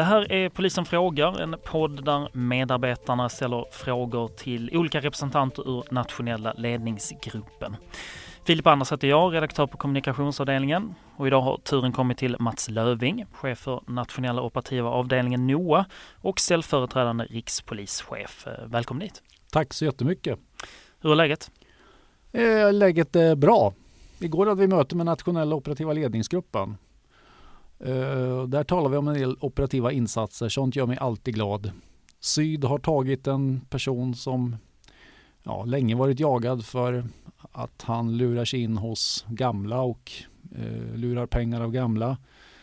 Det här är Polisen frågar, en podd där medarbetarna ställer frågor till olika representanter ur nationella ledningsgruppen. Filip Anders heter jag, redaktör på kommunikationsavdelningen, och idag har turen kommit till Mats Löving, chef för nationella operativa avdelningen NOA och ställföreträdande rikspolischef. Välkommen dit. Tack så jättemycket. Hur är läget? Läget är bra. Igår hade vi möte med nationella operativa ledningsgruppen. Där talar vi om en del operativa insatser. Sånt gör mig alltid glad. Syd har tagit en person som länge varit jagad för att han lurar sig in hos gamla och lurar pengar av gamla.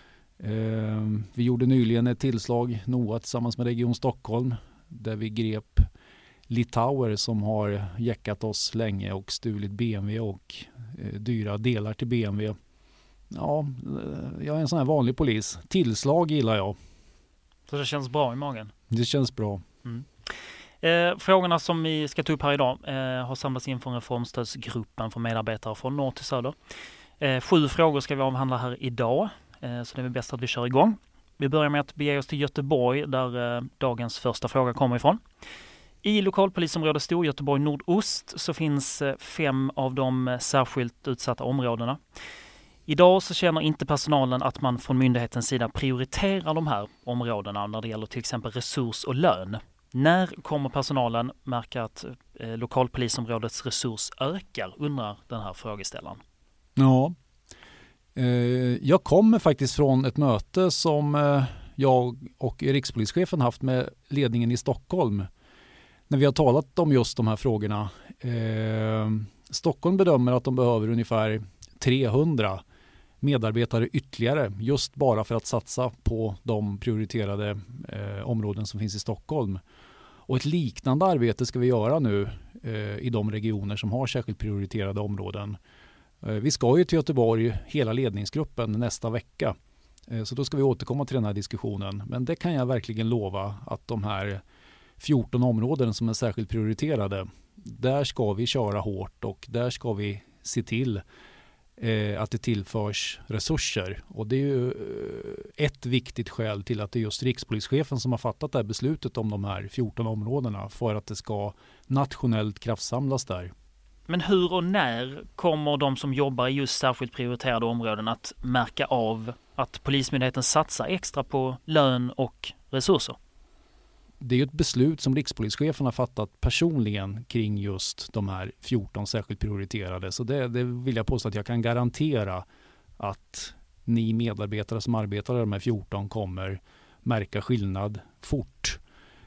Vi gjorde nyligen ett tillslag, NOA tillsammans med Region Stockholm, där vi grep litauer som har jäckat oss länge och stulit BMW och dyra delar till BMW. Ja, jag är en sån här vanlig polis. Tillslag gillar jag. Så det känns bra i magen? Det känns bra. Mm. Frågorna som vi ska ta upp här idag har samlats in från reformstödsgruppen för medarbetare från norr till söder. 7 frågor ska vi avhandla här idag, så det är väl bäst att vi kör igång. Vi börjar med att bege oss till Göteborg, där dagens första fråga kommer ifrån. I lokalpolisområdet Storgöteborg Nordost så finns 5 av de särskilt utsatta områdena. Idag så känner inte personalen att man från myndighetens sida prioriterar de här områdena när det gäller till exempel resurs och lön. När kommer personalen märka att lokalpolisområdets resurs ökar, undrar den här frågeställaren. Ja, jag kommer faktiskt från ett möte som jag och rikspolischefen haft med ledningen i Stockholm när vi har talat om just de här frågorna. Stockholm bedömer att de behöver ungefär 300 medarbetare ytterligare just bara för att satsa på de prioriterade områden som finns i Stockholm. Och ett liknande arbete ska vi göra nu i de regioner som har särskilt prioriterade områden. Vi ska ju till Göteborg, hela ledningsgruppen, nästa vecka. Så då ska vi återkomma till den här diskussionen. Men det kan jag verkligen lova att de här 14 områden som är särskilt prioriterade, där ska vi köra hårt och där ska vi se till att det tillförs resurser. Och det är ju ett viktigt skäl till att det är just rikspolischefen som har fattat det här beslutet om de här 14 områdena för att det ska nationellt kraftsamlas där. Men hur och när kommer de som jobbar i just särskilt prioriterade områden att märka av att Polismyndigheten satsar extra på lön och resurser? Det är ju ett beslut som rikspolischefen har fattat personligen kring just de här 14 särskilt prioriterade. Så det vill jag påstå att jag kan garantera att ni medarbetare som arbetar i de här 14 kommer märka skillnad fort.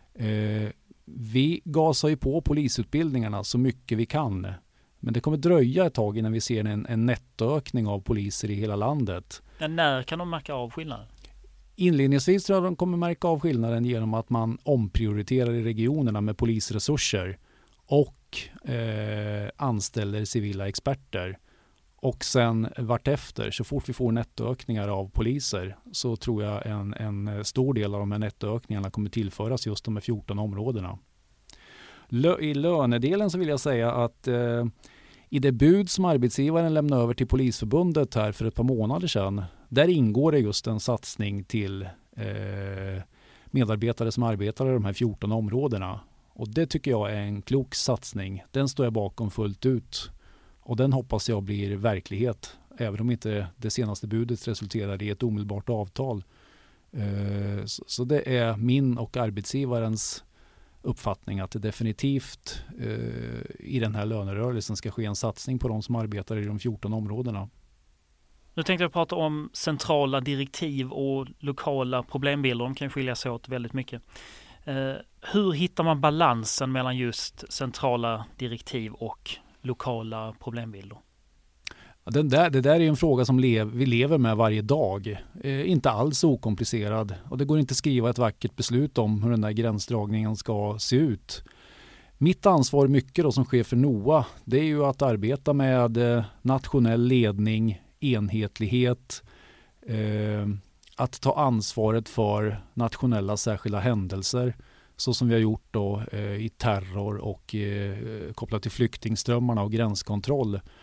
Vi gasar ju på polisutbildningarna så mycket vi kan. Men det kommer dröja ett tag innan vi ser en nettoökning av poliser i hela landet. Men när kan de märka av skillnaden? Inledningsvis tror jag de kommer märka av skillnaden genom att man omprioriterar i regionerna med polisresurser och anställer civila experter. Och sen vartefter, så fort vi får nettoökningar av poliser, så tror jag en stor del av de här nettoökningarna kommer tillföras just de här 14 områdena. I lönedelen så vill jag säga att i det bud som arbetsgivaren lämnade över till Polisförbundet här för ett par månader sedan, där ingår det just en satsning till medarbetare som arbetar i de här 14 områdena. Och det tycker jag är en klok satsning. Den står jag bakom fullt ut. Och den hoppas jag blir verklighet, även om inte det senaste budet resulterar i ett omedelbart avtal. Så det är min och arbetsgivarens uppfattning att det definitivt i den här lönerörelsen ska ske en satsning på de som arbetar i de 14 områdena. Nu tänkte jag prata om centrala direktiv och lokala problembilder. De kan skilja sig åt väldigt mycket. Hur hittar man balansen mellan just centrala direktiv och lokala problembilder? Det där är en fråga som vi lever med varje dag. Inte alls okomplicerad. Och det går inte att skriva ett vackert beslut om hur den där gränsdragningen ska se ut. Mitt ansvar mycket då som chef för NOA, det är ju att arbeta med nationell ledning, enhetlighet, att ta ansvaret för nationella särskilda händelser, så som vi har gjort då i terror och kopplat till flyktingströmmarna och gränskontroll.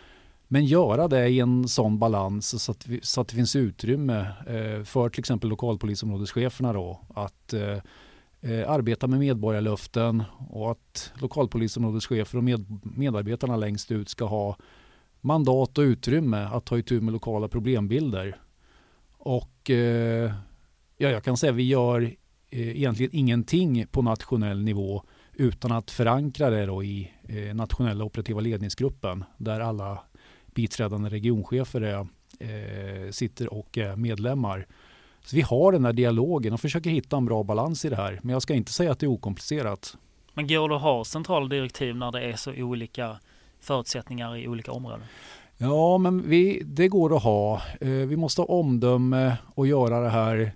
Men göra det i en sån balans så att det finns utrymme för till exempel lokalpolisområdescheferna då, att arbeta med medborgarlöften och att lokalpolisområdeschefer och medarbetarna längst ut ska ha mandat och utrymme att ta itu med lokala problembilder. Och jag kan säga att vi gör egentligen ingenting på nationell nivå utan att förankra det då i nationella operativa ledningsgruppen där alla biträdande regionchefer sitter och är medlemmar. Så vi har den här dialogen och försöker hitta en bra balans i det här. Men jag ska inte säga att det är okomplicerat. Men går det att ha centrala direktiv när det är så olika förutsättningar i olika områden? Ja, men det går att ha. Vi måste ha omdöme och göra det här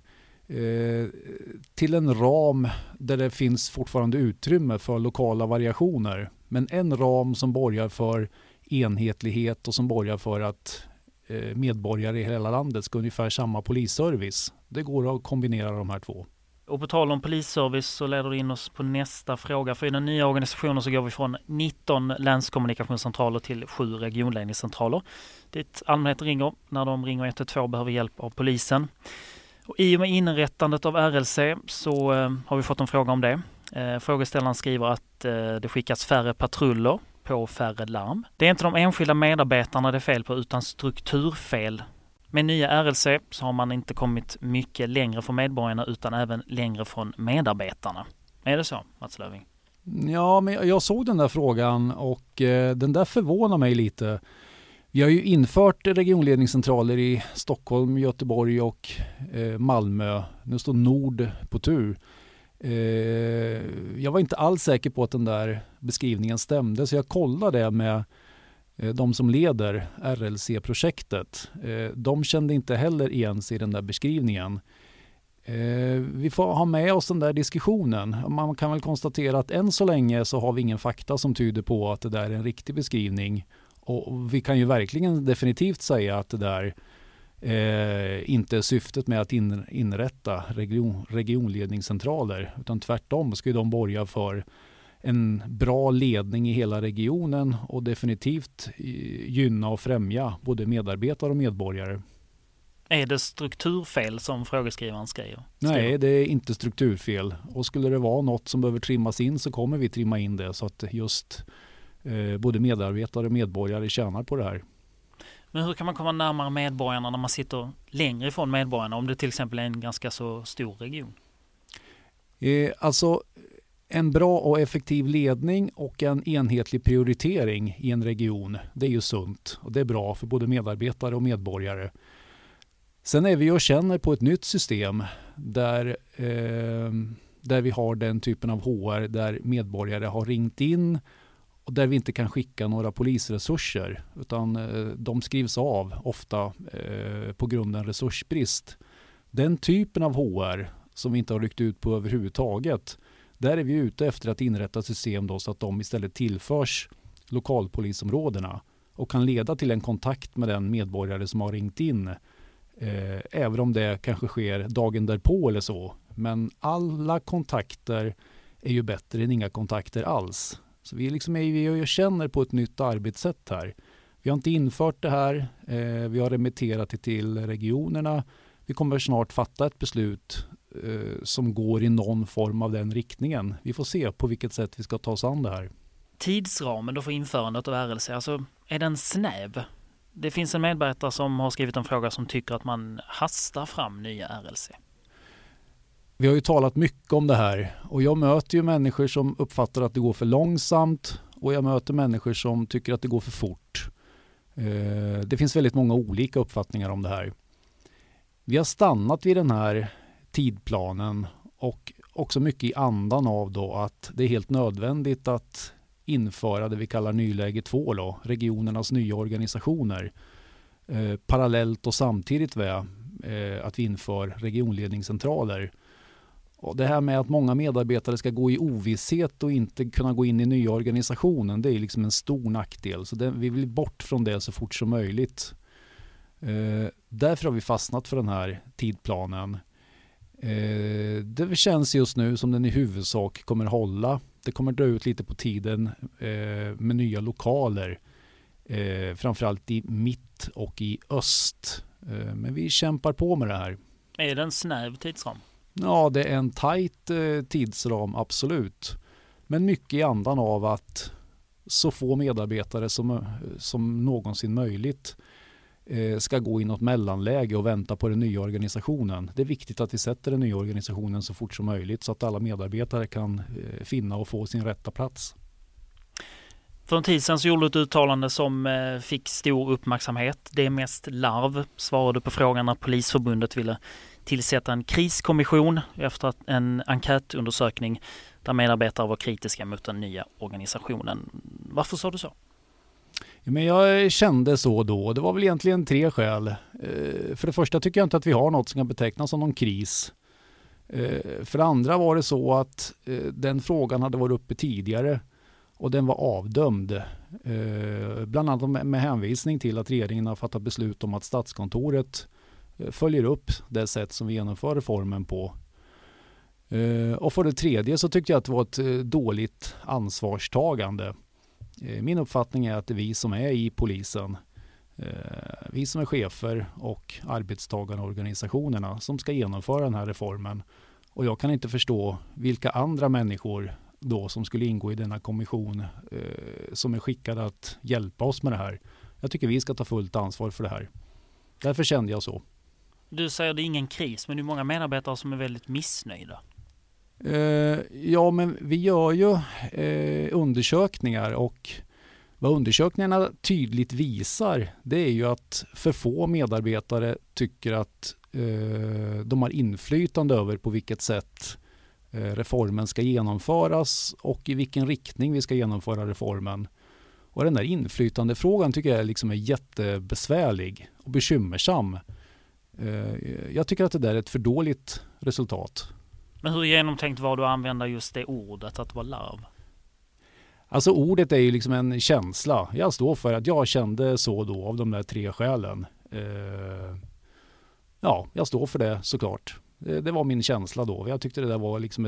till en ram där det finns fortfarande utrymme för lokala variationer. Men en ram som borgar för enhetlighet och som borgar för att medborgare i hela landet ska ungefär samma polisservice. Det går att kombinera de här två. Och på tal om polisservice så leder det in oss på nästa fråga. För i den nya organisationen så går vi från 19 länskommunikationscentraler till 7 regionledningscentraler. Dit allmänheten ringer när de ringer 112 behöver hjälp av polisen. Och i och med inrättandet av RLC så har vi fått en fråga om det. Frågeställaren skriver att det skickas färre patruller på färre larm. Det är inte de enskilda medarbetarna det är fel på utan strukturfel. Med nya RLC så har man inte kommit mycket längre från medborgarna utan även längre från medarbetarna. Är det så, Mats Löfving? Ja, men jag såg den där frågan och den där förvånar mig lite. Vi har ju infört regionledningscentraler i Stockholm, Göteborg och Malmö. Nu står Nord på tur. Jag var inte alls säker på att den där beskrivningen stämde så jag kollade det med de som leder RLC-projektet. De kände inte heller igen sig i den där beskrivningen. Vi får ha med oss den där diskussionen. Man kan väl konstatera att än så länge så har vi ingen fakta som tyder på att det där är en riktig beskrivning. Och vi kan ju verkligen definitivt säga att det där inte är syftet med att inrätta regionledningscentraler utan tvärtom ska ju de borga för en bra ledning i hela regionen och definitivt gynna och främja både medarbetare och medborgare. Är det strukturfel som frågeskrivaren skriver? Nej, det är inte strukturfel. Och skulle det vara något som behöver trimmas in så kommer vi trimma in det så att just både medarbetare och medborgare tjänar på det här. Men hur kan man komma närmare medborgarna när man sitter längre ifrån medborgarna om det till exempel är en ganska så stor region? Alltså en bra och effektiv ledning och en enhetlig prioritering i en region, det är ju sunt och det är bra för både medarbetare och medborgare. Sen är vi och känner på ett nytt system där vi har den typen av HR där medborgare har ringt in och där vi inte kan skicka några polisresurser utan de skrivs av ofta på grund av en resursbrist. Den typen av HR som vi inte har ryckt ut på överhuvudtaget, där är vi ute efter att inrätta system då så att de istället tillförs lokalpolisområdena och kan leda till en kontakt med den medborgare som har ringt in. Även om det kanske sker dagen därpå eller så. Men alla kontakter är ju bättre än inga kontakter alls. Så vi känner på ett nytt arbetssätt här. Vi har inte infört det här. Vi har remitterat det till regionerna. Vi kommer snart fatta ett beslut som går i någon form av den riktningen. Vi får se på vilket sätt vi ska ta oss an det här. Tidsramen då för införandet av RLC, alltså är den snäv? Det finns en medarbetare som har skrivit en fråga som tycker att man hastar fram nya RLC. Vi har ju talat mycket om det här och jag möter ju människor som uppfattar att det går för långsamt och jag möter människor som tycker att det går för fort. Det finns väldigt många olika uppfattningar om det här. Vi har stannat vid den här tidplanen och också mycket i andan av då att det är helt nödvändigt att införa det vi kallar nyläge 2 då, regionernas nya organisationer parallellt och samtidigt med att vi inför regionledningscentraler. Och det här med att många medarbetare ska gå i ovisshet och inte kunna gå in i nya organisationen, det är liksom en stor nackdel. Så vi vill bort från det så fort som möjligt. Därför har vi fastnat för den här tidplanen. Det känns just nu som den i huvudsak kommer hålla. Det kommer dra ut lite på tiden med nya lokaler. Framförallt i mitt och i öst. Men vi kämpar på med det här. Är det en snäv tidsram? Ja, det är en tajt tidsram, absolut. Men mycket i andan av att så få medarbetare som någonsin möjligt ska gå i något mellanläge och vänta på den nya organisationen. Det är viktigt att vi sätter den nya organisationen så fort som möjligt så att alla medarbetare kan finna och få sin rätta plats. För en tid sedan så gjorde du ett uttalande som fick stor uppmärksamhet. Det är mest larv, svarade på frågan när Polisförbundet ville tillsätta en kriskommission efter en enkätundersökning där medarbetare var kritiska mot den nya organisationen. Varför sa du så? Men jag kände så då. Det var väl egentligen 3 skäl. För det första tycker jag inte att vi har något som kan betecknas som någon kris. För det andra var det så att den frågan hade varit uppe tidigare och den var avdömd. Bland annat med hänvisning till att regeringen har fattat beslut om att Statskontoret följer upp det sätt som vi genomför reformen på. Och för det tredje så tyckte jag att det var ett dåligt ansvarstagande. Min uppfattning är att det är vi som är i polisen, vi som är chefer och arbetstagarorganisationerna som ska genomföra den här reformen. Och jag kan inte förstå vilka andra människor då som skulle ingå i denna kommission som är skickade att hjälpa oss med det här. Jag tycker vi ska ta fullt ansvar för det här. Därför kände jag så. Du säger det är ingen kris, men det är många medarbetare som är väldigt missnöjda. Ja, men vi gör ju undersökningar och vad undersökningarna tydligt visar det är ju att för få medarbetare tycker att de har inflytande över på vilket sätt reformen ska genomföras och i vilken riktning vi ska genomföra reformen. Och den där inflytandefrågan tycker jag liksom är jättebesvärlig och bekymmersam. Jag tycker att det där är ett för dåligt resultat. Men hur genomtänkt var du att använda just det ordet, att vara larv? Alltså ordet är ju liksom en känsla. Jag står för att jag kände så då av de där 3 skälen. Ja, jag står för det såklart. Det var min känsla då. Jag tyckte det där var liksom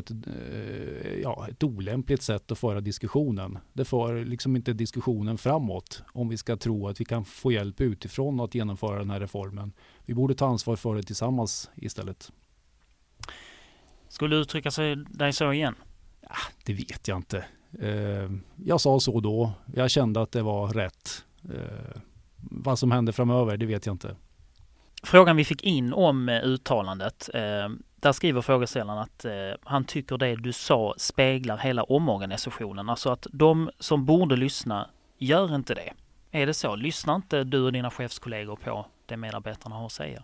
ett olämpligt sätt att föra diskussionen. Det för liksom inte diskussionen framåt om vi ska tro att vi kan få hjälp utifrån att genomföra den här reformen. Vi borde ta ansvar för det tillsammans istället. Skulle du uttrycka dig så igen? Ja, det vet jag inte. Jag sa så då. Jag kände att det var rätt. Vad som hände framöver, det vet jag inte. Frågan vi fick in om uttalandet, där skriver frågeställaren att han tycker det du sa speglar hela omorganisationen. Alltså att de som borde lyssna gör inte det. Är det så? Lyssnar inte du och dina chefskollegor på det medarbetarna har att säga?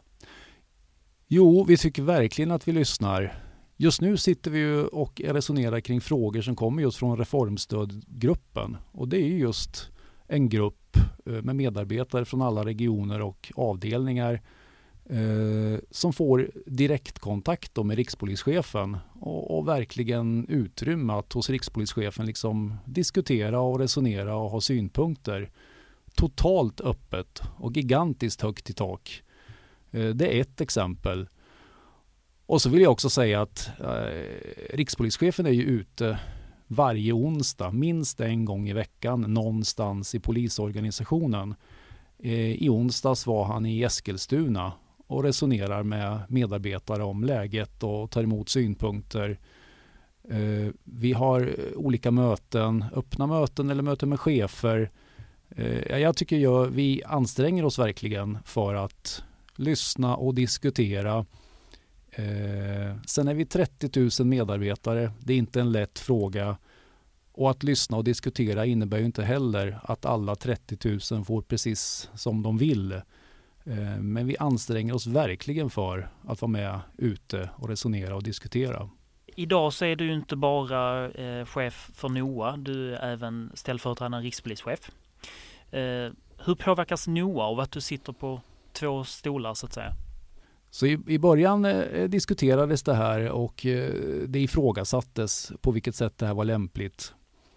Jo, vi tycker verkligen att vi lyssnar. Just nu sitter vi ju och resonerar kring frågor som kommer just från reformstödgruppen. Och det är just en grupp med medarbetare från alla regioner och avdelningar som får direktkontakt med rikspolischefen och verkligen utrymme att hos rikspolischefen liksom diskutera och resonera och ha synpunkter. Totalt öppet och gigantiskt högt i tak. Det är ett exempel. Och så vill jag också säga att rikspolischefen är ju ute varje onsdag, minst en gång i veckan, någonstans i polisorganisationen. I onsdags var han i Eskilstuna och resonerar med medarbetare om läget och tar emot synpunkter. Vi har olika möten, öppna möten eller möten med chefer. Jag tycker vi anstränger oss verkligen för att lyssna och diskutera. Sen är vi 30 000 medarbetare. Det är inte en lätt fråga. Och att lyssna och diskutera innebär ju inte heller att alla 30 000 får precis som de vill. Men vi anstränger oss verkligen för att vara med ute och resonera och diskutera. Idag så är du inte bara chef för NOA, du är även ställföreträdande rikspolischef. Hur påverkas NOA av att du sitter på 2 stolar så att säga? Så i början diskuterades det här och det ifrågasattes på vilket sätt det här var lämpligt.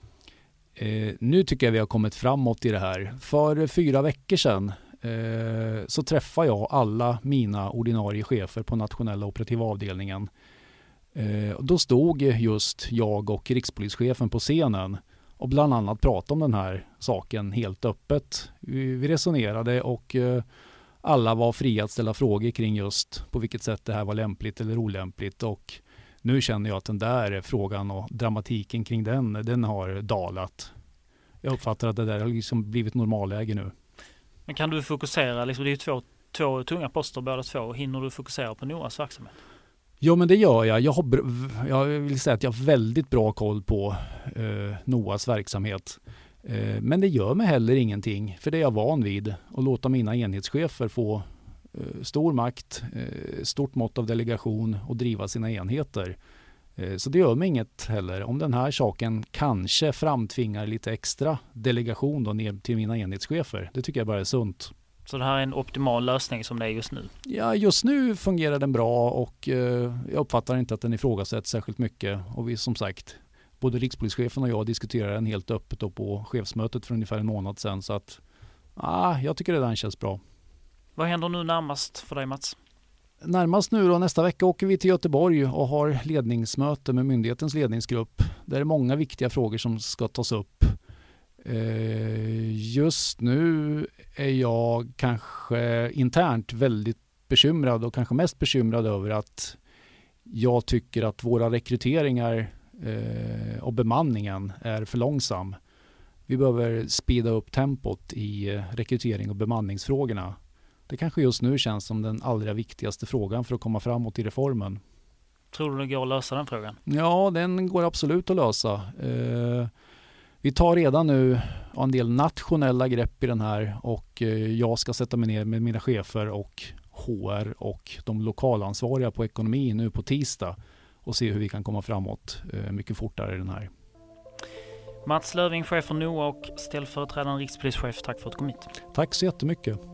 Nu tycker jag vi har kommit framåt i det här. För 4 veckor sedan så träffade jag alla mina ordinarie chefer på nationella operativa avdelningen. Då stod just jag och rikspolischefen på scenen och bland annat prata om den här saken helt öppet. Vi resonerade och alla var fria att ställa frågor kring just på vilket sätt det här var lämpligt eller olämpligt, och nu känner jag att den där frågan och dramatiken kring den har dalat. Jag uppfattar att det där har liksom blivit normalläge nu. Men kan du fokusera, liksom, det är ju två tunga poster båda två, hinner du fokusera på NOAs verksamhet? Ja, men det gör jag. Jag vill säga att jag har väldigt bra koll på NOAs verksamhet. Men det gör mig heller ingenting, för det är jag van vid. Att låta mina enhetschefer få stor makt, stort mått av delegation och driva sina enheter. Så det gör mig inget heller. Om den här saken kanske framtvingar lite extra delegation då ner till mina enhetschefer, det tycker jag bara är sunt. Så det här är en optimal lösning som det är just nu? Ja, just nu fungerar den bra och jag uppfattar inte att den ifrågasätts särskilt mycket. Och vi, som sagt, både rikspolischefen och jag diskuterar den helt öppet och på chefsmötet för ungefär en månad sedan. Så att jag tycker det där känns bra. Vad händer nu närmast för dig, Mats? Närmast nu då, nästa vecka åker vi till Göteborg och har ledningsmöte med myndighetens ledningsgrupp. Där är det många viktiga frågor som ska tas upp. Just nu är jag kanske internt väldigt bekymrad och kanske mest bekymrad över att jag tycker att våra rekryteringar och bemanningen är för långsam. Vi behöver speeda upp tempot i rekrytering och bemanningsfrågorna. Det kanske just nu känns som den allra viktigaste frågan för att komma framåt i reformen. Tror du det går att lösa den frågan? Ja, den går absolut att lösa. Vi tar redan nu en del nationella grepp i den här, och jag ska sätta mig ner med mina chefer och HR och de lokalansvariga på ekonomi nu på tisdag och se hur vi kan komma framåt mycket fortare i den här. Mats Löving, chef för NOA och ställföreträdande rikspolischef, tack för att du kom hit. Tack så jättemycket.